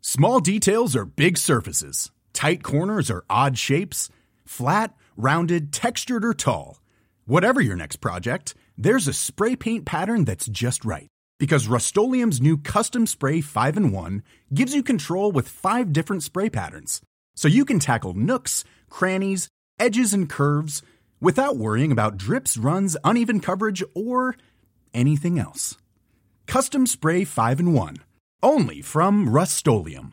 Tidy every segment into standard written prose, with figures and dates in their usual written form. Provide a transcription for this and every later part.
Small details are big surfaces. Tight corners are odd shapes. Flat, rounded, textured, or tall. Whatever your next project, there's a spray paint pattern that's just right. Because Rust-Oleum's new Custom Spray 5-in-1 gives you control with 5 different spray patterns. So you can tackle nooks, crannies, edges, and curves without worrying about drips, runs, uneven coverage, or anything else. Custom Spray 5-in-1. Only from Rust-Oleum.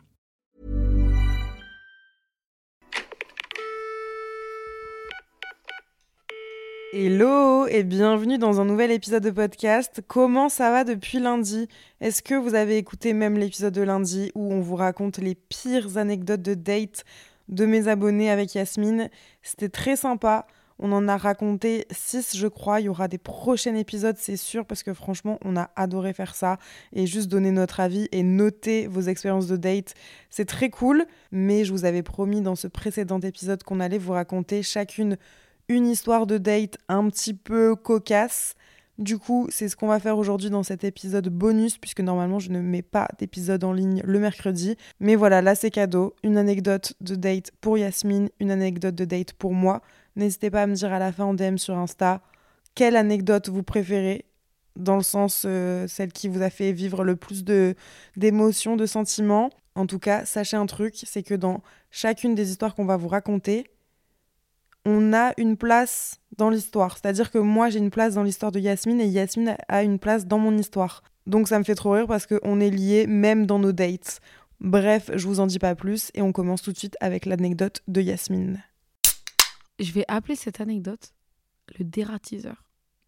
Hello et bienvenue dans un nouvel épisode de podcast. Comment ça va depuis lundi ? Est-ce que vous avez écouté même l'épisode de lundi où on vous raconte les pires anecdotes de date de mes abonnés avec Yasmine ? C'était très sympa. On en a raconté 6, je crois. Il y aura des prochains épisodes, c'est sûr, parce que franchement, on a adoré faire ça et juste donner notre avis et noter vos expériences de date. C'est très cool, mais je vous avais promis dans ce précédent épisode qu'on allait vous raconter chacune une histoire de date un petit peu cocasse. Du coup, c'est ce qu'on va faire aujourd'hui dans cet épisode bonus, puisque normalement, je ne mets pas d'épisode en ligne le mercredi. Mais voilà, là, c'est cadeau. Une anecdote de date pour Yasmine, une anecdote de date pour moi. N'hésitez pas à me dire à la fin en DM sur Insta quelle anecdote vous préférez, dans le sens celle qui vous a fait vivre le plus d'émotions, de sentiments. En tout cas, sachez un truc, c'est que dans chacune des histoires qu'on va vous raconter, on a une place dans l'histoire. C'est-à-dire que moi, j'ai une place dans l'histoire de Yasmine et Yasmine a une place dans mon histoire. Donc ça me fait trop rire parce qu'on est liés même dans nos dates. Bref, je vous en dis pas plus et on commence tout de suite avec l'anecdote de Yasmine. Je vais appeler cette anecdote le dératiseur.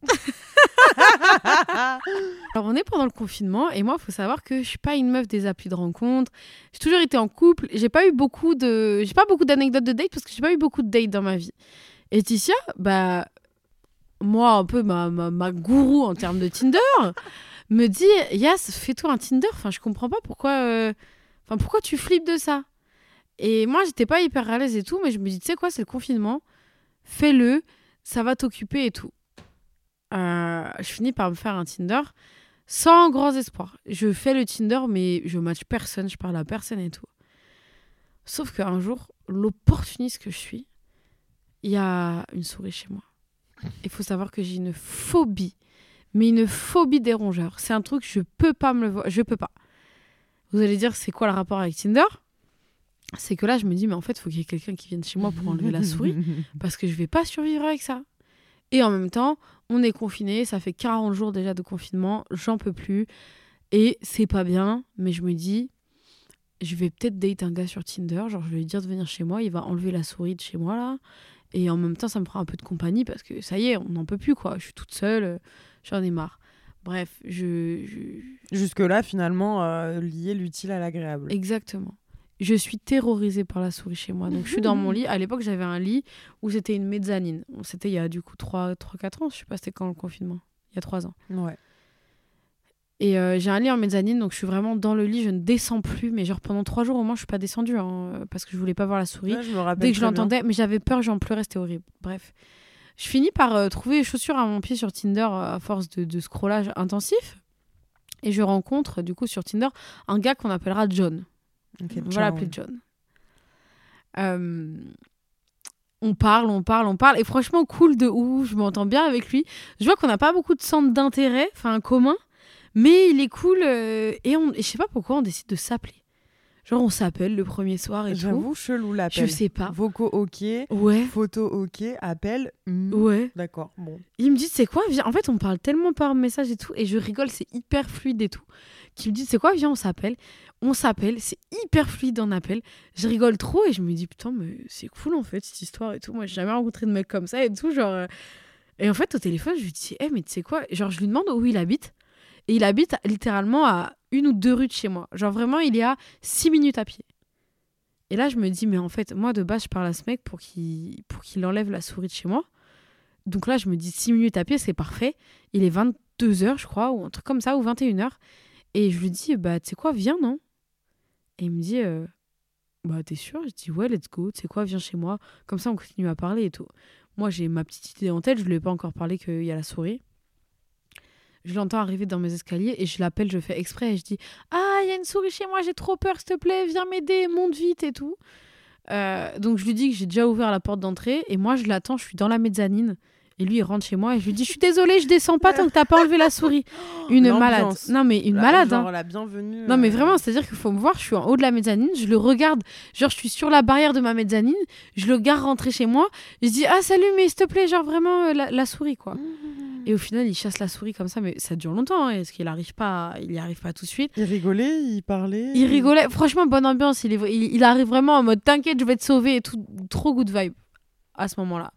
Alors on est pendant le confinement et moi il faut savoir que je suis pas une meuf des applis de rencontre. J'ai toujours été en couple, j'ai pas beaucoup d'anecdotes de date parce que j'ai pas eu beaucoup de dates dans ma vie. Et Ticia, moi un peu ma gourou en termes de Tinder me dit Yas, fais-toi un Tinder, enfin je comprends pas pourquoi tu flippes de ça. Et moi j'étais pas hyper à l'aise et tout, mais je me dis tu sais quoi, c'est le confinement, fais-le, ça va t'occuper et tout. Je finis par me faire un Tinder sans grands espoirs. Je fais le Tinder, mais je match personne, je parle à personne et tout. Sauf qu'un jour, l'opportuniste que je suis, il y a une souris chez moi. Il faut savoir que j'ai une phobie, mais une phobie des rongeurs. C'est un truc, je peux pas me le voir, je peux pas. Vous allez dire, c'est quoi le rapport avec Tinder ? C'est que là, je me dis, mais en fait, il faut qu'il y ait quelqu'un qui vienne chez moi pour enlever la souris, parce que je vais pas survivre avec ça. Et en même temps, on est confinés, ça fait 40 jours déjà de confinement, j'en peux plus. Et c'est pas bien, mais je me dis, je vais peut-être date un gars sur Tinder, genre je vais lui dire de venir chez moi, il va enlever la souris de chez moi là. Et en même temps, ça me fera un peu de compagnie parce que ça y est, on n'en peut plus quoi. Je suis toute seule, j'en ai marre. Bref, Jusque-là, finalement, lier l'utile à l'agréable. Exactement. Je suis terrorisée par la souris chez moi. Donc, je suis dans mon lit. À l'époque, j'avais un lit où c'était une mezzanine. C'était il y a du coup 3-4 ans. Je sais pas, c'était quand le confinement ? Il y a 3 ans. Ouais. Et j'ai un lit en mezzanine, donc je suis vraiment dans le lit. Je ne descends plus. Mais genre pendant 3 jours au moins, je suis pas descendue. Parce que je voulais pas voir la souris. Ouais, je me rappelle dès que je très l'entendais, bien. mais j'avais peur, j'en pleurais, c'était horrible. Bref. Je finis par trouver les chaussures à mon pied sur Tinder à force de scrollage intensif. Et je rencontre, du coup, sur Tinder, un gars qu'on appellera John. Okay, On va l'appeler John. On parle. Et franchement, cool de ouf. Je m'entends bien avec lui. Je vois qu'on n'a pas beaucoup de centres d'intérêt, enfin commun. Mais il est cool. Et je sais pas pourquoi on décide de s'appeler. Genre, on s'appelle le premier soir et J'avoue, tout. chelou l'appel. Je sais pas. Vocaux ok, Ouais. photo ok, appel. Ouais. D'accord, bon. Il me dit, c'est quoi, viens. En fait, on parle tellement par message et tout. Et je rigole, c'est hyper fluide et tout. Qu'il me dit, c'est quoi, viens, on s'appelle. On s'appelle, c'est hyper fluide en appel. Je rigole trop et je me dis, putain, mais c'est cool en fait, cette histoire et tout. Moi, j'ai jamais rencontré de mec comme ça et tout. Genre. Et en fait, au téléphone, je lui dis, mais tu sais quoi ? Genre, je lui demande où il habite. Et il habite littéralement à 1 ou 2 rues de chez moi. Genre, vraiment, il est à 6 minutes à pied. Et là, je me dis, mais en fait, moi, de base, je parle à ce mec pour qu'il enlève la souris de chez moi. Donc là, je me dis 6 minutes à pied, c'est parfait. Il est 22h, je crois, ou un truc comme ça, ou 21h. Et je lui dis, tu sais quoi, viens, non ? Et il me dit, t'es sûr ? Je dis, ouais, let's go, tu sais quoi, viens chez moi. Comme ça, on continue à parler et tout. Moi, j'ai ma petite idée en tête, je lui ai pas encore parlé qu'il y a la souris. Je l'entends arriver dans mes escaliers et je l'appelle, je fais exprès et je dis, ah, il y a une souris chez moi, j'ai trop peur, s'il te plaît, viens m'aider, monte vite et tout. Donc je lui dis que j'ai déjà ouvert la porte d'entrée et moi je l'attends, je suis dans la mezzanine et lui il rentre chez moi et je lui dis je suis désolée, je descends pas tant que t'as pas enlevé la souris. Une malade. Non mais une malade. Genre la bienvenue. Non mais vraiment, c'est-à-dire qu'il faut me voir, je suis en haut de la mezzanine, je le regarde, genre je suis sur la barrière de ma mezzanine, je le regarde rentrer chez moi, je dis ah salut mais s'il te plaît genre vraiment la souris quoi. Et au final il chasse la souris comme ça, mais ça dure longtemps, parce qu'il y arrive pas tout de suite. Il rigolait, il parlait. Il rigolait, franchement bonne ambiance, il arrive vraiment en mode t'inquiète je vais te sauver et tout, trop good vibe à ce moment-là.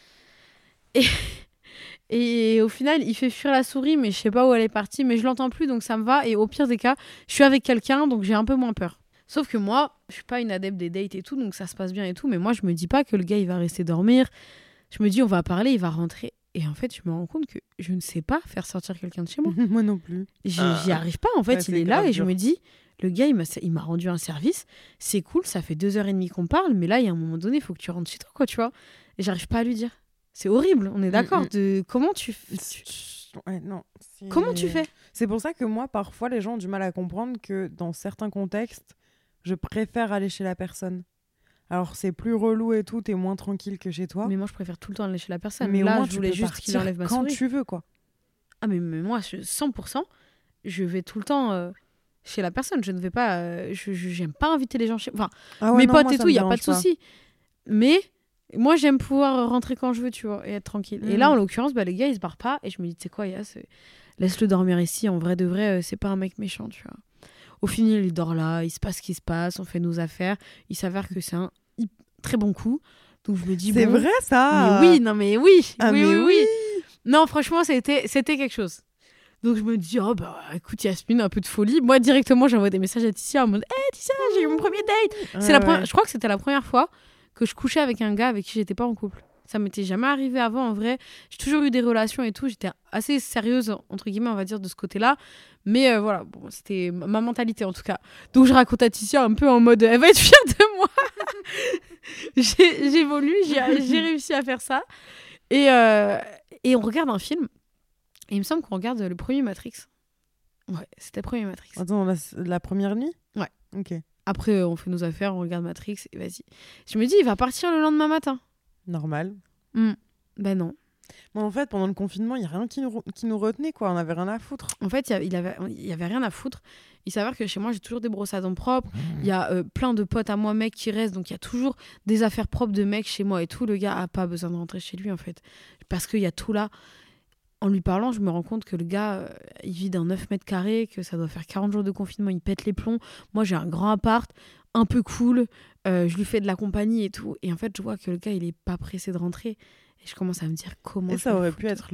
Et au final, il fait fuir la souris, mais je sais pas où elle est partie, mais je l'entends plus, donc ça me va. Et au pire des cas, je suis avec quelqu'un, donc j'ai un peu moins peur. Sauf que moi, je suis pas une adepte des dates et tout, donc ça se passe bien et tout, mais moi, je me dis pas que le gars, il va rester dormir. Je me dis, on va parler, il va rentrer. Et en fait, je me rends compte que je ne sais pas faire sortir quelqu'un de chez moi. Moi non plus. J'y arrive pas, en fait, Ouais, il est là, et je me dis, le gars, il m'a rendu un service, c'est cool, ça fait 2h30 qu'on parle, mais là, il y a un moment donné, il faut que tu rentres chez toi, quoi, tu vois. Et j'arrive pas à lui dire. C'est horrible, on est d'accord. Comment tu ouais, non, comment tu fais? C'est pour ça que moi, parfois, les gens ont du mal à comprendre que dans certains contextes, je préfère aller chez la personne. Alors, c'est plus relou et tout, t'es moins tranquille que chez toi. Mais moi, je préfère tout le temps aller chez la personne. Mais là, au moins, je voulais juste qu'il enlève ma quand souris. tu veux, quoi. Ah, mais moi, 100%, je vais tout le temps chez la personne. Je ne vais pas... j'aime pas inviter les gens chez... Enfin, mes potes moi, et tout, il n'y a pas de souci. Mais... moi, j'aime pouvoir rentrer quand je veux, tu vois, et être tranquille. Et là, en l'occurrence, les gars, ils se barrent pas. Et je me dis, tu sais quoi, Yas, laisse-le dormir ici. En vrai de vrai, c'est pas un mec méchant, tu vois. Au final, il dort là, il se passe ce qui se passe, on fait nos affaires. Il s'avère que c'est un très bon coup. Donc, je me dis, c'est vrai, ça. Mais oui, non, mais oui. Ah, oui, mais oui. Non, franchement, c'était quelque chose. Donc, je me dis, oh, bah, écoute, Yasmine, un peu de folie. Moi, directement, j'envoie des messages à Tissia en mode, hé, Tissia, j'ai eu mon premier date. Je crois que c'était la première fois que je couchais avec un gars avec qui j'étais pas en couple. Ça m'était jamais arrivé avant, en vrai. J'ai toujours eu des relations et tout. J'étais assez sérieuse, entre guillemets, on va dire, de ce côté-là. Mais voilà, bon, c'était ma mentalité, en tout cas. Donc, je raconte à Tissia un peu en mode, elle va être fière de moi. J'évolue, j'ai réussi à faire ça. Et on regarde un film. Et il me semble qu'on regarde le premier Matrix. Ouais, c'était le premier Matrix. Attends, la première nuit? Ouais. Ok. Après, on fait nos affaires, on regarde Matrix et vas-y. Je me dis, il va partir le lendemain matin. Normal. Ben non. Bon, en fait, pendant le confinement, il n'y a rien qui nous retenait, quoi. On n'avait rien à foutre. En fait, il y avait rien à foutre. Il s'avère que chez moi, j'ai toujours des brosses à dents propres. Il y a plein de potes à moi, mecs, qui restent. Donc, il y a toujours des affaires propres de mecs chez moi et tout. Le gars n'a pas besoin de rentrer chez lui, en fait. Parce qu'il y a tout là. En lui parlant, je me rends compte que le gars, il vit dans 9 mètres carrés, que ça doit faire 40 jours de confinement, il pète les plombs. Moi, j'ai un grand appart, un peu cool, je lui fais de la compagnie et tout. Et en fait, je vois que le gars, il est pas pressé de rentrer. Et je commence à me dire comment... Et ça aurait pu être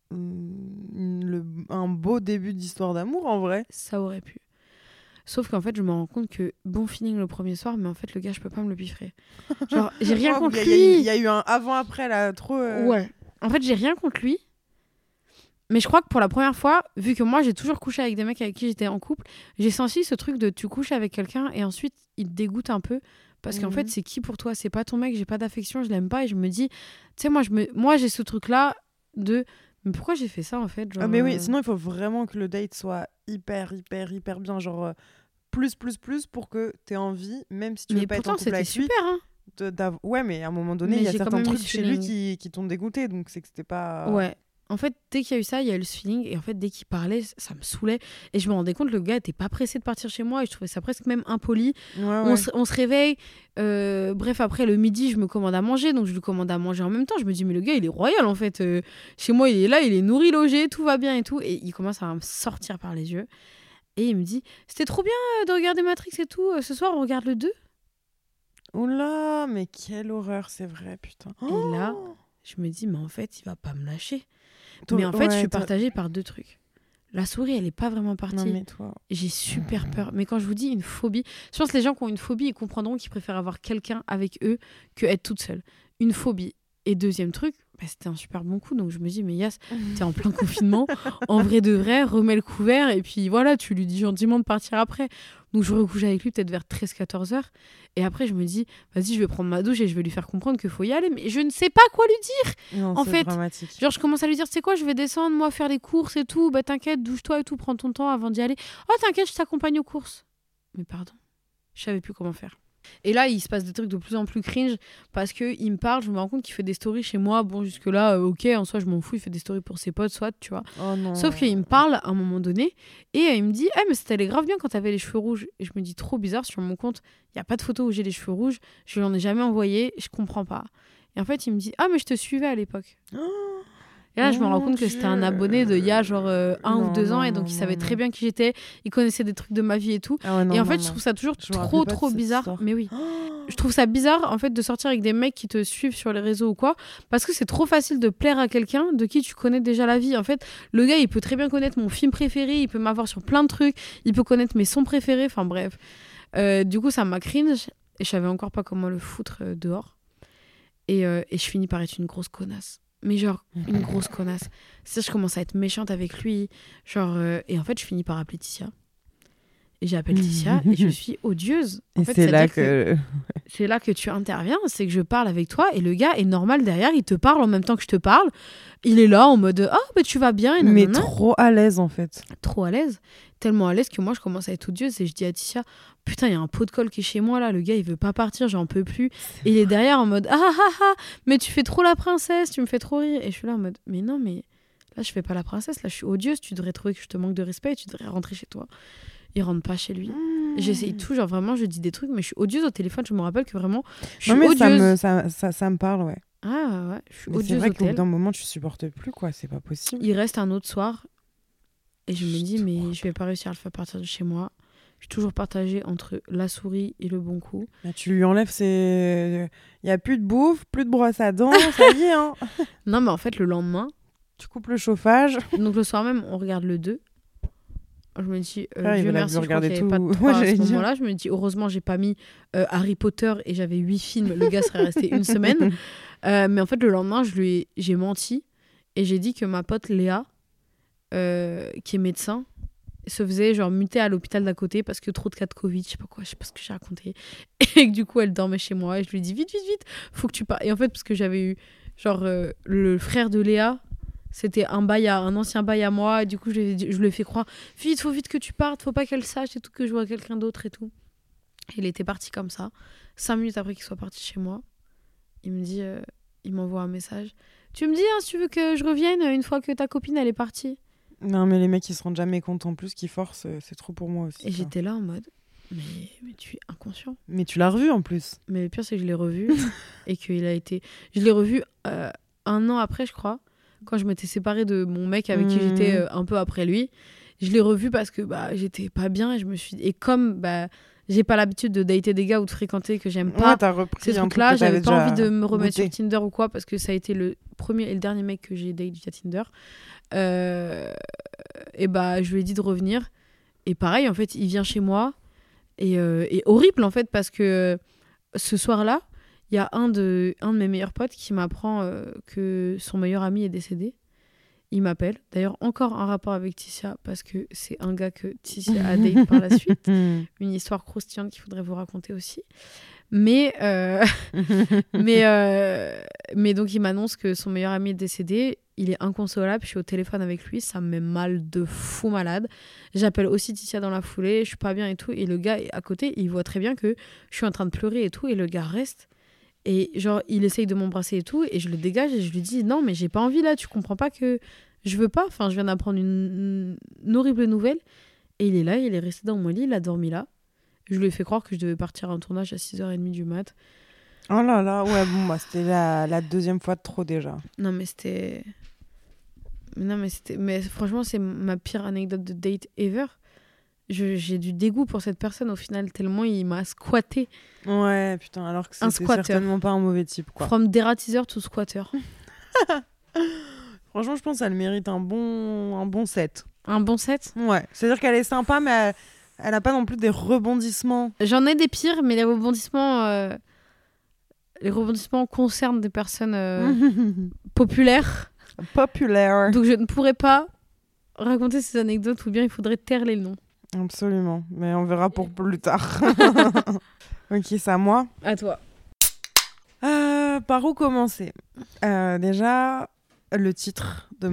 un beau début d'histoire d'amour, en vrai. Ça aurait pu. Sauf qu'en fait, je me rends compte que bon feeling le premier soir, mais en fait, le gars, je peux pas me le piffrer. Genre, j'ai rien contre lui. Il y a eu un avant-après, là, trop... Ouais. En fait, j'ai rien contre lui. Mais je crois que pour la première fois, vu que moi j'ai toujours couché avec des mecs avec qui j'étais en couple, j'ai senti ce truc de tu couches avec quelqu'un et ensuite il te dégoûte un peu parce qu'en fait c'est qui pour toi, c'est pas ton mec, j'ai pas d'affection, je l'aime pas et je me dis, tu sais moi j'ai ce truc là de mais pourquoi j'ai fait ça en fait, genre, mais oui, sinon il faut vraiment que le date soit hyper bien, genre plus pour que t'aies envie, même si tu veux pas être en couple avec lui. Mais pourtant c'était super, hein. Ouais, mais à un moment donné, il y a certains trucs chez lui qui t'ont dégoûté, donc c'est que c'était pas... Ouais. En fait, dès qu'il y a eu ça, il y a eu le feeling. Et en fait, dès qu'il parlait, ça me saoulait. Et je me rendais compte que le gars était pas pressé de partir chez moi. Et je trouvais ça presque même impoli. Ouais. On se réveille. Bref, après le midi, je me commande à manger. Donc, je lui commande à manger en même temps. Je me dis, mais le gars, il est royal en fait. Chez moi, il est là, il est nourri, logé, tout va bien et tout. Et il commence à me sortir par les yeux. Et il me dit, c'était trop bien de regarder Matrix et tout. Ce soir, on regarde le 2. Oula, mais quelle horreur, c'est vrai, putain. Et là, je me dis, mais en fait, il va pas me lâcher. Mais en fait, je suis partagée par 2 trucs. La souris, elle est pas vraiment partie. Non, mais toi... J'ai super peur. Mais quand je vous dis une phobie, je pense que les gens qui ont une phobie, ils comprendront qu'ils préfèrent avoir quelqu'un avec eux que être toute seule. Une phobie. Et deuxième truc, c'était un super bon coup. Donc je me dis, mais Yas, t'es en plein confinement. En vrai de vrai, remets le couvert et puis voilà, tu lui dis gentiment de partir après. Donc je recouche avec lui peut-être vers 13-14 heures. Et après, je me dis, vas-y, je vais prendre ma douche et je vais lui faire comprendre qu'il faut y aller. Mais je ne sais pas quoi lui dire. Non, en c'est fait, dramatique. genre, je commence à lui dire, tu sais quoi, je vais descendre, moi, faire les courses et tout. Bah, t'inquiète, douche-toi et tout, prends ton temps avant d'y aller. Oh, t'inquiète, je t'accompagne aux courses. Mais pardon, je savais plus comment faire. Et là, il se passe des trucs de plus en plus cringe parce qu'il me parle, je me rends compte qu'il fait des stories chez moi. Bon, jusque-là, ok, en soi, je m'en fous, il fait des stories pour ses potes, soit, tu vois. Oh non. Sauf qu'il me parle à un moment donné et il me dit mais ça t'allait grave bien quand t'avais les cheveux rouges. Et je me dis, trop bizarre, sur mon compte, il n'y a pas de photo où j'ai les cheveux rouges. Je lui en ai jamais envoyé, je comprends pas. Et en fait, il me dit, mais je te suivais à l'époque. Et là, je me rends compte que c'était un abonné de il y a genre 1 ou 2 ans et donc il savait très bien qui j'étais, il connaissait des trucs de ma vie et tout. Et en fait, je trouve ça toujours trop bizarre. Mais oui. Je trouve ça bizarre en fait de sortir avec des mecs qui te suivent sur les réseaux ou quoi parce que c'est trop facile de plaire à quelqu'un de qui tu connais déjà la vie. En fait, le gars, il peut très bien connaître mon film préféré, il peut m'avoir sur plein de trucs, il peut connaître mes sons préférés, enfin bref. Du coup, ça m'a cringe et je savais encore pas comment le foutre dehors. Et je finis par être une grosse connasse. Mais genre, une grosse connasse. C'est-à-dire, je commence à être méchante avec lui. Genre, et en fait, je finis par appeler Tissia. Et j'appelle Tissia et je suis odieuse. En fait, c'est là que... C'est là que tu interviens. C'est que je parle avec toi et le gars est normal derrière. Il te parle en même temps que je te parle. Il est là en mode tu vas bien. Et mais trop à l'aise, en fait. Trop à l'aise. Tellement à l'aise que moi, je commence à être odieuse et je dis à Tissia, putain, il y a un pot de colle qui est chez moi là. Le gars, il veut pas partir, j'en peux plus. Et il est derrière en mode mais tu fais trop la princesse, tu me fais trop rire. Et je suis là en mode, mais non, mais là, je fais pas la princesse. Là, je suis odieuse. Tu devrais trouver que je te manque de respect et tu devrais rentrer chez toi. Il rentre pas chez lui. J'essaye tout, genre vraiment, je dis des trucs, mais je suis odieuse au téléphone. Je me rappelle que vraiment, je suis odieuse. Ça me parle, ouais. Ah ouais, je suis odieuse. C'est vrai qu'au bout d'un moment, tu supportes plus, quoi. C'est pas possible. Il reste un autre soir et je me dis, mais je vais pas réussir à le faire partir de chez moi. Je suis toujours partagée entre la souris et le bon coup. Là, tu lui enlèves il y a plus de bouffe, plus de brosse à dents, ça y est, hein. Non, mais en fait, le lendemain, tu coupes le chauffage. Donc le soir même, on regarde le 2. Je me dis, Dieu merci, je crois qu'il n'y avait tout. pas de 3 à ce moment-là. Je me dis, heureusement, j'ai pas mis Harry Potter et j'avais 8 films. Le gars serait resté une semaine. Mais en fait, le lendemain, j'ai menti et j'ai dit que ma pote Léa, qui est médecin, se faisait genre muter à l'hôpital d'à côté parce que trop de cas de Covid, je sais pas ce que j'ai raconté. Et que du coup, elle dormait chez moi et je lui dis, vite, faut que tu partes. Et en fait, parce que j'avais eu genre le frère de Léa, c'était un ancien bail à moi, et du coup je lui ai fait croire, faut vite que tu partes, faut pas qu'elle sache et tout, que je vois quelqu'un d'autre et tout. Et il était parti comme ça. 5 minutes après qu'il soit parti chez moi, il me dit, il m'envoie un message, tu me dis si tu veux que je revienne une fois que ta copine elle est partie. Non mais les mecs ils se rendent jamais compte en plus qu'ils forcent, c'est trop pour moi aussi. Et j'étais là en mode, mais tu es inconscient. Mais tu l'as revu en plus. Mais le pire c'est que je l'ai revu et qu'il a été, je l'ai revu 1 an après je crois, quand je m'étais séparée de mon mec avec qui j'étais un peu après lui. Je l'ai revu parce que j'étais pas bien et je me suis et comme j'ai pas l'habitude de dater des gars ou de fréquenter que j'aime pas ces trucs là, j'avais pas envie de me remettre sur Tinder ou quoi parce que ça a été le premier et le dernier mec que j'ai daté via Tinder. Et je lui ai dit de revenir et pareil en fait il vient chez moi et horrible en fait parce que ce soir là il y a un de mes meilleurs potes qui m'apprend que son meilleur ami est décédé. Il m'appelle. D'ailleurs, encore un rapport avec Tissia, parce que c'est un gars que Tissia a date par la suite. Une histoire croustillante qu'il faudrait vous raconter aussi. Mais donc, il m'annonce que son meilleur ami est décédé. Il est inconsolable. Je suis au téléphone avec lui. Ça me met mal de fou malade. J'appelle aussi Tissia dans la foulée. Je suis pas bien et tout. Et le gars à côté, il voit très bien que je suis en train de pleurer et tout. Et le gars reste. Et genre, il essaye de m'embrasser et tout, et je le dégage et je lui dis non, mais j'ai pas envie là, tu comprends pas que je veux pas. Enfin, je viens d'apprendre une horrible nouvelle. Et il est là, il est resté dans mon lit, il a dormi là. Je lui ai fait croire que je devais partir à un tournage à 6h30 du mat. Oh là là, ouais, bon, c'était la deuxième fois de trop déjà. Non, mais c'était. Mais franchement, c'est ma pire anecdote de date ever. J'ai du dégoût pour cette personne au final, tellement il m'a squatté. Ouais, putain, alors que c'était certainement pas un mauvais type, quoi. From dératiser to squatter. Franchement, je pense qu'elle mérite un bon set. Un bon set ? Ouais, c'est-à-dire qu'elle est sympa, mais elle a pas non plus des rebondissements. J'en ai des pires, mais les rebondissements... les rebondissements concernent des personnes populaires. Populaire. Donc, je ne pourrais pas raconter ces anecdotes ou bien il faudrait taire les noms. Absolument. Mais on verra pour plus tard. Ok, c'est à moi. À toi. Par où commencer Déjà, le titre de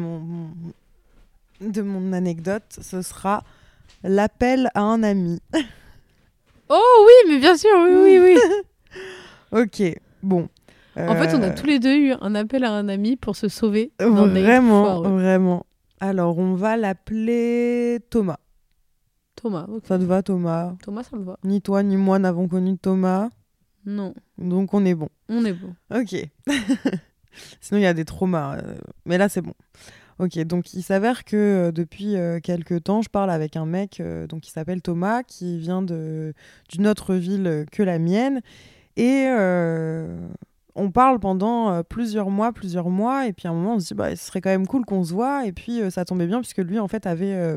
mon anecdote, ce sera « L'appel à un ami ». Oh oui, mais bien sûr, oui. Ok, bon. En fait, on a tous les deux eu un appel à un ami pour se sauver. Vraiment. Alors, on va l'appeler Thomas. Thomas, ok. Ça te va, Thomas? Thomas, ça me va. Ni toi ni moi n'avons connu Thomas. Non. Donc, on est bon. On est bon. Ok. Sinon, il y a des traumas. Mais là, c'est bon. Ok, donc il s'avère que depuis quelques temps, je parle avec un mec donc, qui s'appelle Thomas, qui vient d'une autre ville que la mienne. Et on parle pendant plusieurs mois. Et puis à un moment, on se dit, bah, ce serait quand même cool qu'on se voit. Et puis ça tombait bien, puisque lui, en fait, avait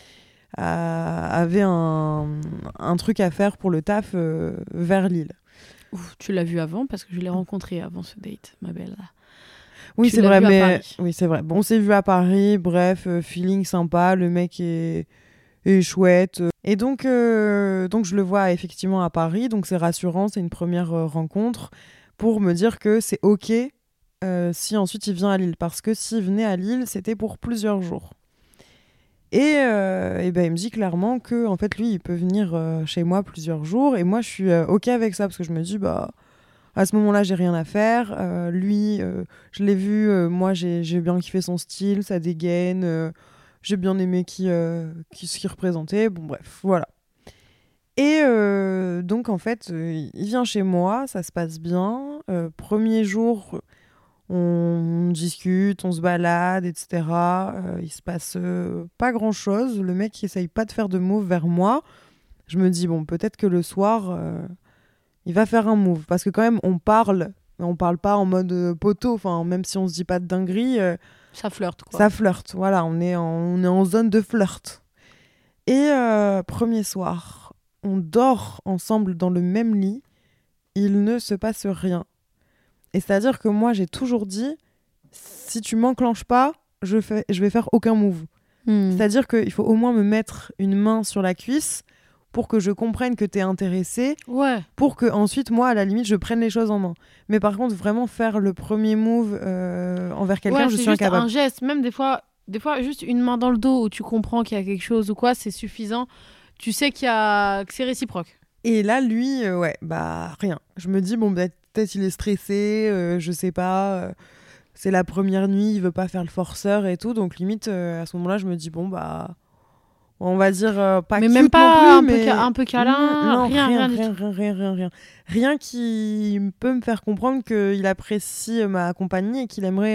un truc à faire pour le taf vers Lille. Ouf, tu l'as vu avant, parce que je l'ai rencontré avant ce date, ma belle. Oui, tu c'est l'as vrai, vu à mais Paris. oui, c'est vrai. Bon, on s'est vu à Paris, bref, feeling sympa, le mec est chouette. Et donc je le vois effectivement à Paris, donc c'est rassurant, c'est une première rencontre pour me dire que c'est ok si ensuite il vient à Lille, parce que s'il venait à Lille, c'était pour plusieurs jours. Et ben, il me dit clairement que en fait lui, il peut venir chez moi plusieurs jours, et moi je suis ok avec ça, parce que je me dis bah à ce moment-là, j'ai rien à faire. Lui, je l'ai vu, moi, j'ai bien kiffé son style, sa dégaine. J'ai bien aimé ce qu'il représentait. Bon, bref, voilà. Et donc, en fait, il vient chez moi, ça se passe bien. Premier jour, on discute, on se balade, etc. Il se passe pas grand-chose. Le mec, il essaye pas de faire de move vers moi. Je me dis, bon, peut-être que le soir... il va faire un move, parce que quand même on parle, mais on parle pas en mode poteau, enfin même si on se dit pas de dinguerie, Ça flirte, quoi. ça flirte, voilà, on est en zone de flirt. Et premier soir, on dort ensemble dans le même lit, il ne se passe rien. Et c'est-à-dire que moi j'ai toujours dit, si tu m'enclenches pas, je vais faire aucun move. C'est-à-dire qu'il faut au moins me mettre une main sur la cuisse pour que je comprenne que t'es intéressé, pour que ensuite moi à la limite je prenne les choses en main. Mais par contre vraiment faire le premier move envers quelqu'un, je suis incapable. C'est juste un geste, même des fois juste une main dans le dos où tu comprends qu'il y a quelque chose ou quoi, c'est suffisant. Tu sais que c'est réciproque. Et là lui, bah rien. Je me dis bon peut-être il est stressé, je sais pas. C'est la première nuit, il veut pas faire le forceur et tout, donc limite à ce moment-là je me dis bon bah on va dire pas mais cute même pas non plus, mais un peu câlin, non, rien. Rien qui peut me faire comprendre qu'il apprécie ma compagnie et qu'il aimerait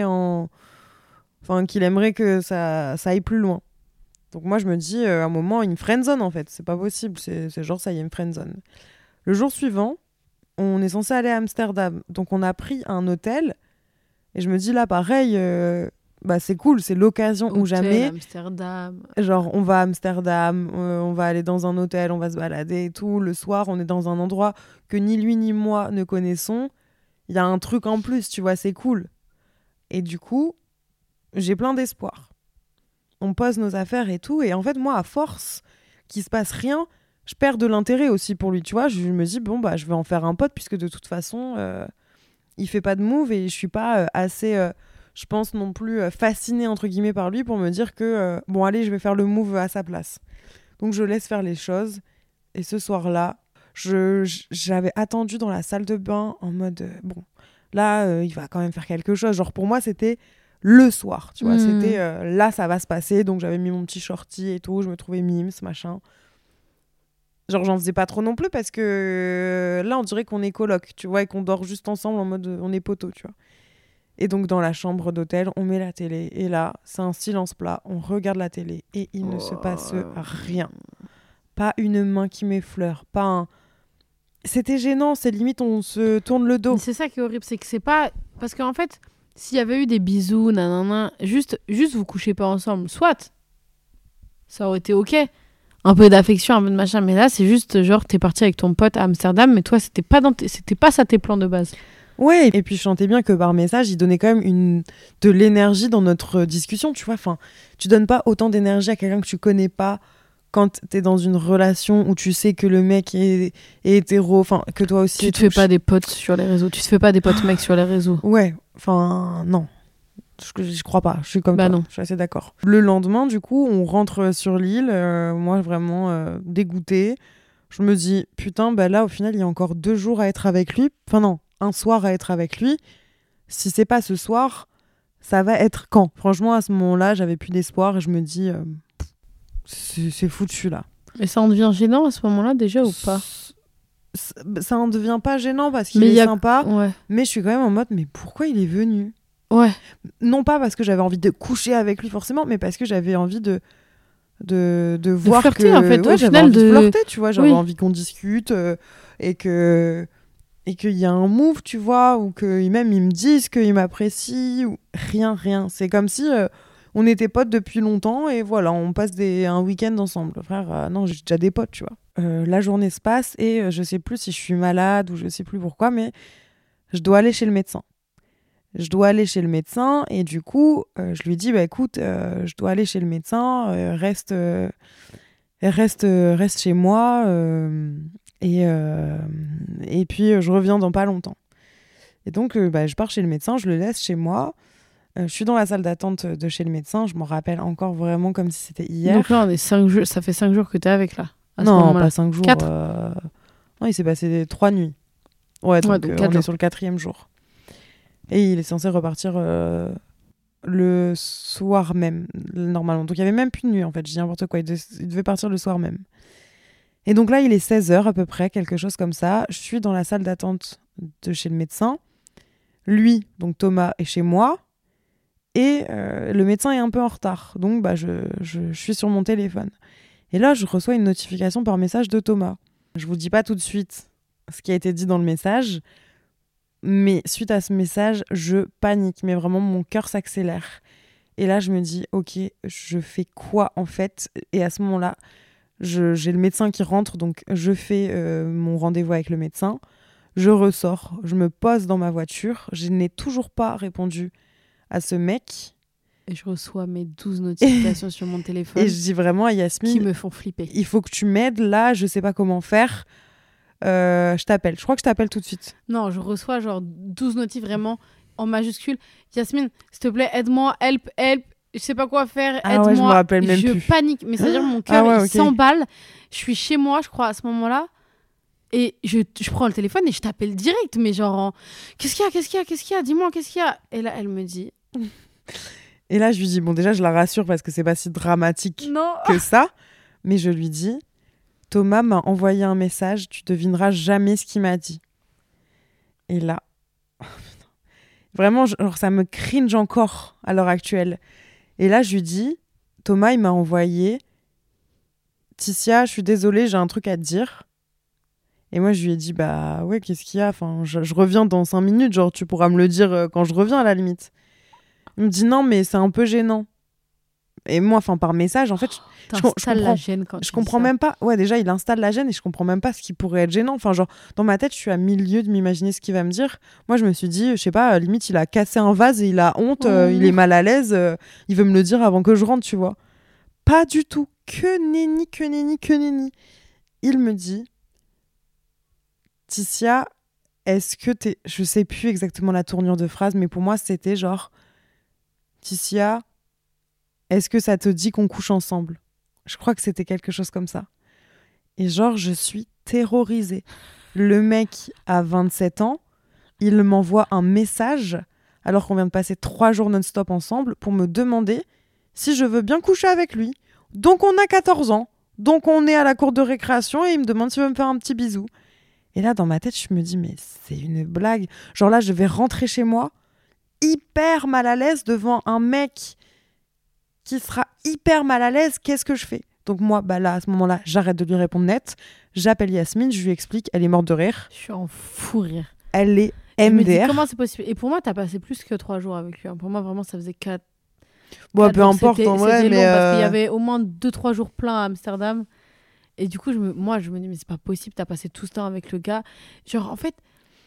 que ça aille plus loin. Donc moi je me dis à un moment une friendzone en fait, c'est pas possible, c'est genre ça y est une friendzone. Le jour suivant, on est censé aller à Amsterdam, donc on a pris un hôtel et je me dis là pareil. Bah c'est cool, c'est l'occasion ou jamais. Amsterdam. Genre on va à Amsterdam, on va aller dans un hôtel, on va se balader et tout. Le soir, on est dans un endroit que ni lui ni moi ne connaissons. Il y a un truc en plus, tu vois, c'est cool. Et du coup, j'ai plein d'espoir. On pose nos affaires et tout. Et en fait, moi, à force qu'il se passe rien, je perds de l'intérêt aussi pour lui, tu vois. Je me dis, bon, bah je vais en faire un pote puisque de toute façon, il fait pas de move et je suis pas assez... je pense non plus fascinée entre guillemets par lui pour me dire que bon allez je vais faire le move à sa place. Donc je laisse faire les choses et ce soir-là j'avais attendu dans la salle de bain en mode bon là il va quand même faire quelque chose, genre pour moi c'était le soir, tu vois, c'était là ça va se passer, donc j'avais mis mon petit shorty et tout, je me trouvais mimes machin. Genre j'en faisais pas trop non plus parce que là on dirait qu'on est coloc, tu vois, et qu'on dort juste ensemble en mode on est poteau, tu vois. Et donc, dans la chambre d'hôtel, on met la télé. Et là, c'est un silence plat. On regarde la télé et il ne se passe rien. Pas une main qui m'effleure. Pas un... C'était gênant. C'est limite, on se tourne le dos. Mais c'est ça qui est horrible. C'est que c'est pas... Parce qu'en fait, s'il y avait eu des bisous, nanana, juste vous couchez pas ensemble. Soit, ça aurait été ok. Un peu d'affection, un peu de machin. Mais là, c'est juste genre, t'es parti avec ton pote à Amsterdam. Mais toi, c'était pas ça tes plans de base. Ouais, et puis je sentais bien que par message, il donnait quand même de l'énergie dans notre discussion, tu vois. Enfin, tu donnes pas autant d'énergie à quelqu'un que tu connais pas quand t'es dans une relation où tu sais que le mec est hétéro, enfin, que toi aussi. Tu te fais pas des potes sur les réseaux. Tu te fais pas des potes mecs sur les réseaux. Ouais, enfin, non. Je crois pas, je suis comme toi, non. je suis assez d'accord. Le lendemain, du coup, on rentre sur l'île, moi vraiment dégoûtée. Je me dis, putain, bah là, au final, il y a encore 2 jours à être avec lui. Enfin non, un soir à être avec lui. Si c'est pas ce soir, ça va être quand? Franchement, à ce moment-là, j'avais plus d'espoir et je me dis, c'est foutu là. Mais ça en devient gênant à ce moment-là déjà ou pas? Ça en devient pas gênant parce qu'il est sympa, mais je suis quand même en mode, mais pourquoi il est venu? Ouais. Non pas parce que j'avais envie de coucher avec lui forcément, mais parce que j'avais envie de voir flirter, que en fait, ouais, j'avais envie de flirter, tu vois, j'avais envie qu'on discute et qu'il y a un move, tu vois, ou que même ils me disent qu'ils m'apprécient ou rien, c'est comme si on était potes depuis longtemps et voilà, on passe un week-end ensemble. Frère, non, j'ai déjà des potes, tu vois. La journée se passe et je sais plus si je suis malade ou je sais plus pourquoi, mais je dois aller chez le médecin. Et du coup, je lui dis, bah écoute, je dois aller chez le médecin, reste chez moi et puis je reviens dans pas longtemps. Et donc, je pars chez le médecin, je le laisse chez moi. Je suis dans la salle d'attente de chez le médecin, je m'en rappelle encore vraiment comme si c'était hier. Donc là, on est 5 jours, ça fait 5 jours que t'es avec là. Non, pas 5 jours. 4 Non, il s'est passé 3 nuits. Ouais, donc on jours. est sur le 4e jour. Et il est censé repartir le soir même, normalement. Donc il n'y avait même plus de nuit, en fait. Je dis n'importe quoi. Il devait partir le soir même. Et donc là, il est 16h à peu près, quelque chose comme ça. Je suis dans la salle d'attente de chez le médecin. Lui, donc Thomas, est chez moi. Et le médecin est un peu en retard. Donc je suis sur mon téléphone. Et là, je reçois une notification par message de Thomas. Je vous dis pas tout de suite ce qui a été dit dans le message. Mais suite à ce message, je panique. Mais vraiment, mon cœur s'accélère. Et là, je me dis, ok, je fais quoi en fait? Et à ce moment-là, j'ai le médecin qui rentre. Donc, je fais mon rendez-vous avec le médecin. Je ressors. Je me pose dans ma voiture. Je n'ai toujours pas répondu à ce mec. Et je reçois mes 12 notifications sur mon téléphone. Et je dis vraiment à Yasmine... Qui me font flipper. Il faut que tu m'aides. Là, je sais pas comment faire. Je t'appelle. Je crois que je t'appelle tout de suite. Non, je reçois genre 12 notifs vraiment en majuscule. Yasmine, s'il te plaît, aide-moi, help. Je sais pas quoi faire, aide-moi. Ouais, je me rappelle même plus. Je panique. Mais c'est-à-dire mon cœur, il s'emballe. Je suis chez moi, je crois, à ce moment-là. Et je prends le téléphone et je t'appelle direct. Mais genre, qu'est-ce qu'il y a Dis-moi, qu'est-ce qu'il y a? Et là, elle me dit... Et là, je lui dis, bon, déjà, je la rassure parce que c'est pas si dramatique que ça. Mais je lui dis... Thomas m'a envoyé un message, tu devineras jamais ce qu'il m'a dit. Et là, vraiment, genre, ça me cringe encore à l'heure actuelle. Et là, je lui dis, Thomas, il m'a envoyé, Ticia, je suis désolée, j'ai un truc à te dire. Et moi, je lui ai dit, bah ouais, qu'est-ce qu'il y a? Enfin, je reviens dans 5 minutes, genre, tu pourras me le dire quand je reviens à la limite. Il me dit, non, mais c'est un peu gênant. Et moi, enfin, par message, en fait, je comprends même pas. Ouais, déjà, il installe la gêne et je comprends même pas ce qui pourrait être gênant. Enfin, genre, dans ma tête, je suis à milieu de m'imaginer ce qu'il va me dire. Moi, je me suis dit, je sais pas, limite, il a cassé un vase et il a honte, il est mal à l'aise, il veut me le dire avant que je rentre, tu vois. Pas du tout. Que nenni. Il me dit, Ticia, est-ce que t'es... Je sais plus exactement la tournure de phrase, mais pour moi, c'était genre, Ticia... Est-ce que ça te dit qu'on couche ensemble? Je crois que c'était quelque chose comme ça. Et genre, je suis terrorisée. Le mec a 27 ans. Il m'envoie un message alors qu'on vient de passer 3 jours non-stop ensemble pour me demander si je veux bien coucher avec lui. Donc on a 14 ans. Donc on est à la cour de récréation et il me demande s'il veut me faire un petit bisou. Et là, dans ma tête, je me dis, mais c'est une blague. Genre là, je vais rentrer chez moi hyper mal à l'aise devant un mec qui sera hyper mal à l'aise. Qu'est-ce que je fais? Donc moi, là, à ce moment-là, j'arrête de lui répondre net. J'appelle Yasmine, je lui explique, elle est morte de rire. Je suis en fou rire. Elle est MDR. Je me dis, comment c'est possible? Et pour moi, t'as passé plus que 3 jours avec lui. Pour moi, vraiment, ça faisait 4. Bon, peu importe, en vrai, mais... Parce qu'il y avait au moins 2-3 jours pleins à Amsterdam. Et du coup, moi, je me dis, mais c'est pas possible, t'as passé tout ce temps avec le gars. Genre, en fait,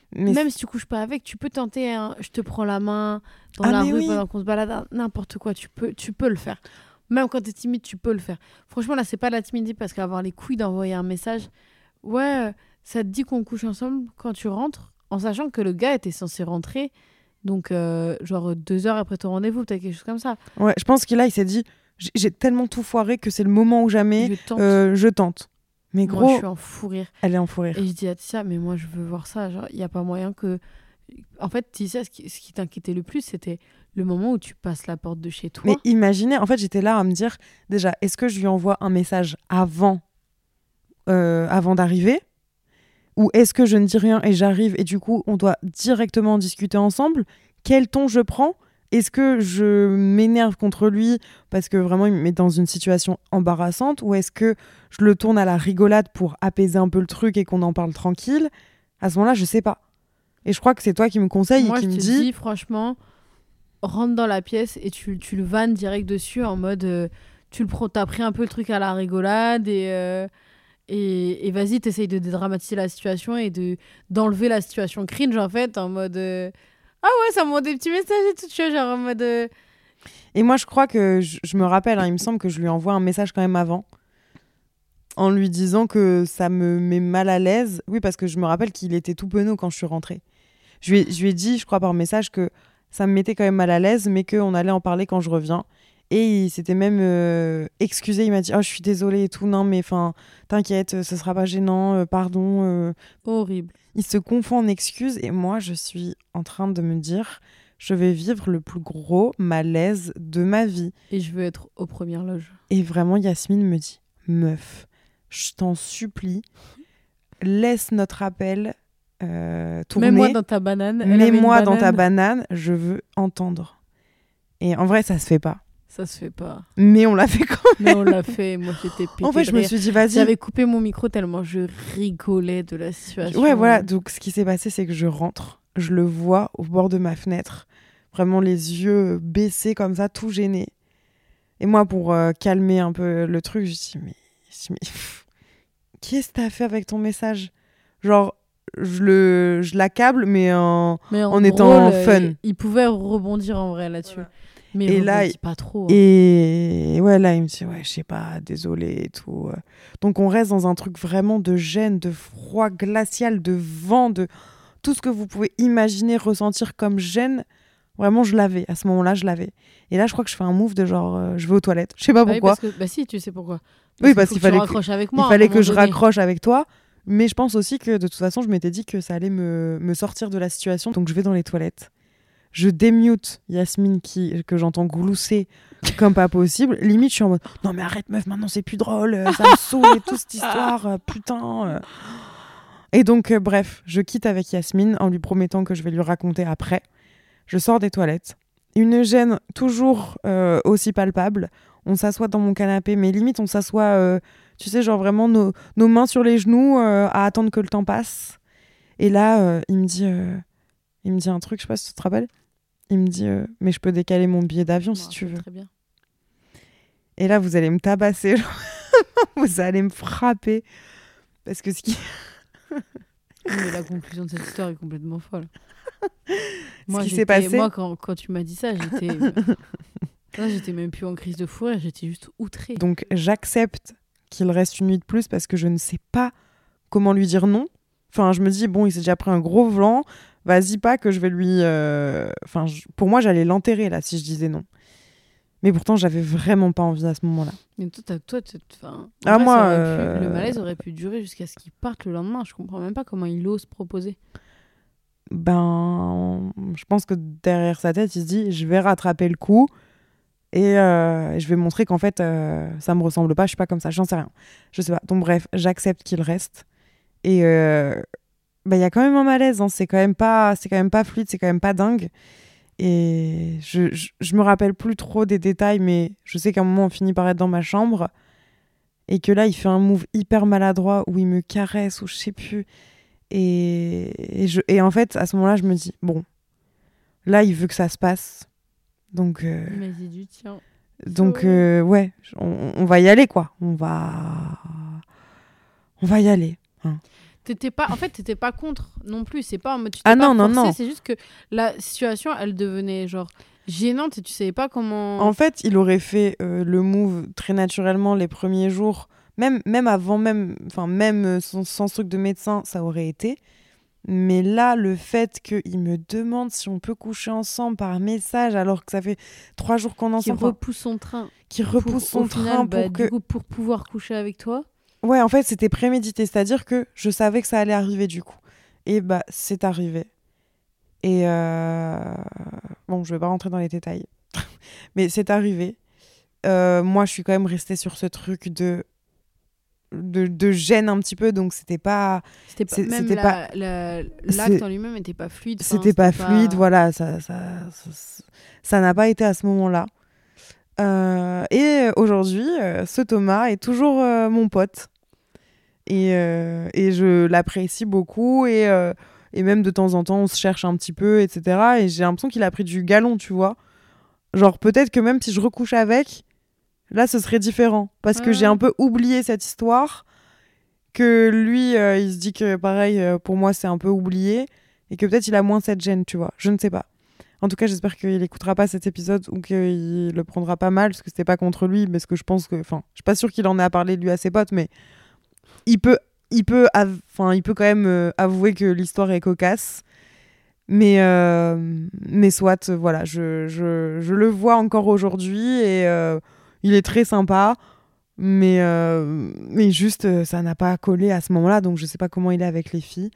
Mais même si tu couches pas avec, tu peux tenter je te prends la main dans la rue pendant qu'on se balade, n'importe quoi, tu peux le faire. Même quand t'es timide, tu peux le faire. Franchement, là, c'est pas de la timidité parce qu'avoir les couilles d'envoyer un message, ouais, ça te dit qu'on couche ensemble quand tu rentres, en sachant que le gars était censé rentrer, donc genre 2 heures après ton rendez-vous, peut-être quelque chose comme ça. Ouais, je pense qu'il s'est dit, j'ai tellement tout foiré que c'est le moment ou jamais, je tente. Mais gros, moi, je suis en fou rire. Elle est en fou rire. Et je dis à Tissia, mais moi, je veux voir ça. Genre, il n'y a pas moyen que... En fait, Tissia, ce qui t'inquiétait le plus, c'était le moment où tu passes la porte de chez toi. Mais imaginez, en fait, j'étais là à me dire, déjà, est-ce que je lui envoie un message avant d'arriver ? Ou est-ce que je ne dis rien et j'arrive et du coup, on doit directement discuter ensemble ? Quel ton je prends ? Est-ce que je m'énerve contre lui parce que vraiment il me met dans une situation embarrassante, ou est-ce que je le tourne à la rigolade pour apaiser un peu le truc et qu'on en parle tranquille ? À ce moment-là, je sais pas. Et je crois que c'est toi qui me conseille et qui me dis... Moi, je te dis, franchement, rentre dans la pièce et tu le vannes direct dessus en mode... t'as pris un peu le truc à la rigolade et vas-y, t'essayes de dédramatiser la situation et d'enlever la situation cringe, en fait, en mode... Ah ouais, ça m'envoie des petits messages et tout, tu vois, genre en mode... Et moi, je crois que... Je me rappelle, il me semble que je lui envoie un message quand même avant, en lui disant que ça me met mal à l'aise. Oui, parce que je me rappelle qu'il était tout penaud quand je suis rentrée. Je lui ai dit, je crois par message, que ça me mettait quand même mal à l'aise, mais qu'on allait en parler quand je reviens. Et il s'était même excusé, il m'a dit « Oh, je suis désolée et tout, non, mais t'inquiète, ce sera pas gênant, pardon. » Horrible. Il se confond en excuses et moi, je suis en train de me dire « Je vais vivre le plus gros malaise de ma vie. » Et je veux être aux premières loges. Et vraiment, Yasmine me dit « Meuf, je t'en supplie, laisse notre appel tourner. Mets-moi dans ta banane. Mets-moi dans ta banane, je veux entendre. » Et en vrai, ça se fait pas. Ça se fait pas. Mais on l'a fait quand même. Mais on l'a fait. Moi, j'étais pétée. En fait, je me suis dit, vas-y. J'avais coupé mon micro tellement je rigolais de la situation. Ouais, voilà. Donc, ce qui s'est passé, c'est que je rentre. Je le vois au bord de ma fenêtre. Vraiment les yeux baissés comme ça, tout gêné. Et moi, pour calmer un peu le truc, je dis, mais qu'est-ce que t'as fait avec ton message ? Genre, je l'accable, mais en étant fun. Il pouvait rebondir en vrai là-dessus. Voilà. Mais et là, pas trop. Hein. Et ouais, là, il me dit, ouais, je sais pas, désolé et tout. Donc, on reste dans un truc vraiment de gêne, de froid glacial, de vent, de tout ce que vous pouvez imaginer, ressentir comme gêne. Vraiment, je l'avais. À ce moment-là, je l'avais. Et là, je crois que je fais un move de genre, je vais aux toilettes. Je sais pas pourquoi. Oui, bah si, tu sais pourquoi. Parce qu'il fallait avec moi, il fallait que je raccroche avec toi. Mais je pense aussi que, de toute façon, je m'étais dit que ça allait me sortir de la situation. Donc, je vais dans les toilettes. Je démute Yasmine que j'entends glousser comme pas possible. Limite, je suis en mode non, mais arrête, meuf, maintenant c'est plus drôle, ça me saoule et toute cette histoire, putain. Et donc, bref, je quitte avec Yasmine en lui promettant que je vais lui raconter après. Je sors des toilettes. Une gêne toujours aussi palpable. On s'assoit dans mon canapé, mais limite, on s'assoit, tu sais, genre vraiment nos mains sur les genoux à attendre que le temps passe. Et là, il me dit un truc, je sais pas si tu te rappelles. Il me dit mais je peux décaler mon billet d'avion si tu veux. Très bien. Et là, vous allez me tabasser, vous allez me frapper. Parce que Mais la conclusion de cette histoire est complètement folle. Ce qui s'est passé... Moi, quand tu m'as dit ça, j'étais même plus en crise de fou rire, j'étais juste outrée. Donc, j'accepte qu'il reste une nuit de plus parce que je ne sais pas comment lui dire non. Enfin, je me dis, bon, il s'est déjà pris un gros vent. Vas-y pas que je vais lui... pour moi, j'allais l'enterrer, là, si je disais non. Mais pourtant, j'avais vraiment pas envie à ce moment-là. Mais toi, le malaise aurait pu durer jusqu'à ce qu'il parte le lendemain. Je comprends même pas comment il ose proposer. Je pense que derrière sa tête, il se dit, je vais rattraper le coup et je vais montrer qu'en fait, ça me ressemble pas, je suis pas comme ça, j'en sais rien. Je sais pas. Donc bref, j'accepte qu'il reste. Et... y a quand même un malaise, hein. C'est quand même pas fluide, c'est quand même pas dingue. Et je me rappelle plus trop des détails, mais je sais qu'à un moment on finit par être dans ma chambre et que là il fait un move hyper maladroit où il me caresse ou je sais plus. Et en fait à ce moment-là je me dis bon, là il veut que ça se passe, donc vas-y du tien. Donc ouais, on va y aller quoi. On va y aller. Hein. t'étais pas contre non plus. C'est pas en mode tu t'es Ah pas non, forcé, non. c'est juste que la situation, elle devenait genre gênante et tu savais pas comment. En fait, il aurait fait le move très naturellement les premiers jours, même avant, même sans ce truc de médecin, ça aurait été. Mais là, le fait qu'il me demande si on peut coucher ensemble par message alors que ça fait 3 jours qu'on est Qui ensemble, repousse son train. qui repousse Au son final, train bah, pour que... du coup, pour pouvoir coucher avec toi. Ouais, en fait, c'était prémédité, c'est-à-dire que je savais que ça allait arriver du coup. Et bah, c'est arrivé. Et bon, je vais pas rentrer dans les détails, mais c'est arrivé. Moi, je suis quand même restée sur ce truc de gêne un petit peu, donc c'était pas... Même c'était pas... l'acte en lui-même n'était pas fluide. Enfin, C'était pas fluide, voilà, ça n'a pas été à ce moment-là. Et aujourd'hui, ce Thomas est toujours mon pote. Et je l'apprécie beaucoup. Et même de temps en temps, on se cherche un petit peu, etc. Et j'ai l'impression qu'il a pris du galon, tu vois. Genre, peut-être que même si je recouche avec, là, ce serait différent. Parce que j'ai un peu oublié cette histoire. Que lui, il se dit que, pareil, pour moi, c'est un peu oublié. Et que peut-être il a moins cette gêne, tu vois. Je ne sais pas. En tout cas, j'espère qu'il écoutera pas cet épisode ou qu'il le prendra pas mal, parce que c'était pas contre lui, mais ce que je pense que... Enfin, je suis pas sûre qu'il en ait parlé, lui, à ses potes, mais il peut quand même avouer que l'histoire est cocasse. Mais soit, voilà, je le vois encore aujourd'hui et il est très sympa. Mais juste, ça n'a pas collé à ce moment-là, donc je sais pas comment il est avec les filles.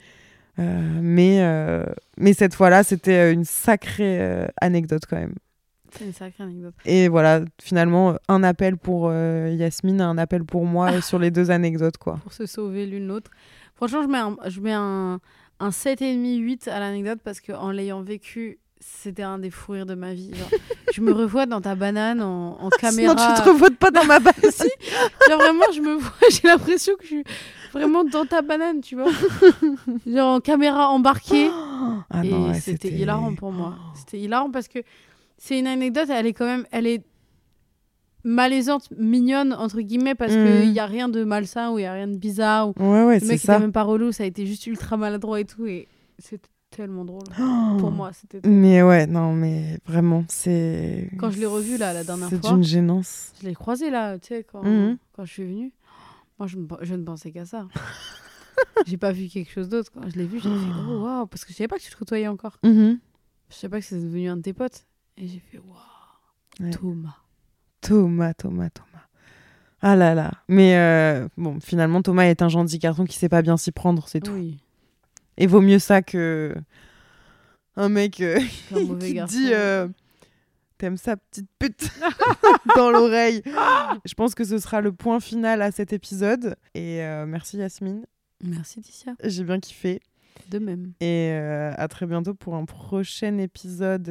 Mais cette fois-là, c'était une sacrée anecdote quand même. C'est une sacrée anecdote. Et voilà, finalement, un appel pour Yasmine, un appel pour moi sur les 2 anecdotes, quoi. Pour se sauver l'une l'autre. Franchement, je mets un 7,5, 8 à l'anecdote parce qu'en l'ayant vécu, c'était un des fous rires de ma vie. Genre, je me revois dans ta banane en caméra. Sinon, tu te revois pas dans ma banane. Si, genre vraiment, je me vois, j'ai l'impression que je suis vraiment dans ta banane, tu vois. Genre en caméra embarquée. Ah et non, ouais, c'était hilarant pour moi. C'était hilarant parce que c'est une anecdote, elle est malaisante, mignonne, entre guillemets, parce qu'il n'y a rien de malsain ou il n'y a rien de bizarre. Ou ouais, le mec était même pas relou, ça a été juste ultra maladroit et tout. Et c'était tellement drôle. Pour moi, c'était... Mais ouais, non, mais vraiment, c'est... Quand je l'ai revu, là, la dernière fois... C'est d'une gênance. Je l'ai croisé, là, tu sais, quand je suis venue. Moi, je ne pensais qu'à ça. J'ai pas vu quelque chose d'autre. Quand je l'ai vu, j'ai fait « Oh, waouh !» Parce que je savais pas que tu te côtoyais encore. Je savais pas que c'était devenu un de tes potes. Et j'ai fait « Waouh, ouais. Thomas. Ah là là. Mais bon, finalement, Thomas est un gentil garçon qui sait pas bien s'y prendre, c'est tout. Oui. Et vaut mieux ça que un mec qui te dit t'aimes ça, petite pute, dans l'oreille. Je pense que ce sera le point final à cet épisode. Et merci Yasmine. Merci Ticia. J'ai bien kiffé. De même. Et à très bientôt pour un prochain épisode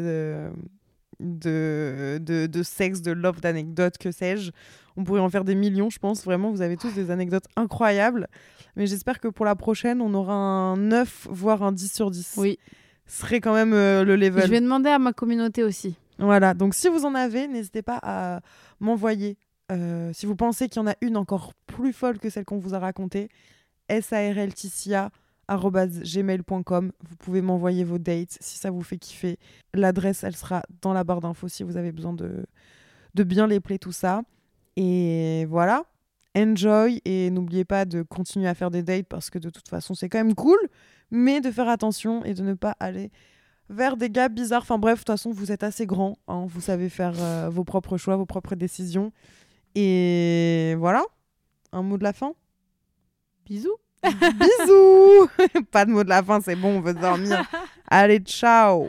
de sexe, de love, d'anecdotes, que sais-je. On pourrait en faire des millions, je pense. Vraiment, vous avez tous des anecdotes incroyables. Mais j'espère que pour la prochaine, on aura un 9, voire un 10 sur 10. Oui. Ce serait quand même le level. Je vais demander à ma communauté aussi. Voilà, donc si vous en avez, n'hésitez pas à m'envoyer. Si vous pensez qu'il y en a une encore plus folle que celle qu'on vous a racontée, sarlticia@gmail.com. Vous pouvez m'envoyer vos dates si ça vous fait kiffer. L'adresse, elle sera dans la barre d'infos si vous avez besoin de bien les play, tout ça. Et voilà, enjoy et n'oubliez pas de continuer à faire des dates parce que de toute façon, c'est quand même cool, mais de faire attention et de ne pas aller vers des gars bizarres. Enfin bref, de toute façon, vous êtes assez grands, hein, vous savez faire vos propres choix, vos propres décisions. Et voilà, un mot de la fin. Bisous. Bisous. Pas de mot de la fin, c'est bon, on veut dormir. Allez, ciao.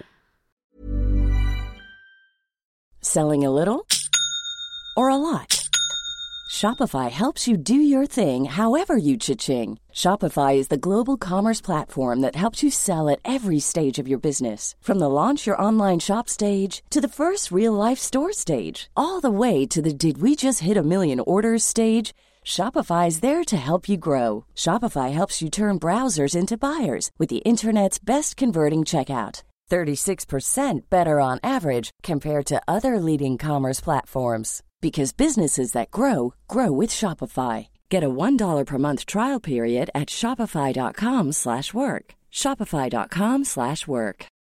Selling a little or a lot? Shopify helps you do your thing however you cha-ching. Shopify is the global commerce platform that helps you sell at every stage of your business. From the launch your online shop stage to the first real-life store stage, all the way to the did we just hit a million orders stage. Shopify is there to help you grow. Shopify helps you turn browsers into buyers with the internet's best converting checkout. 36% better on average compared to other leading commerce platforms. Because businesses that grow, grow with Shopify. Get a $1 per month trial period at shopify.com/work. Shopify.com/work.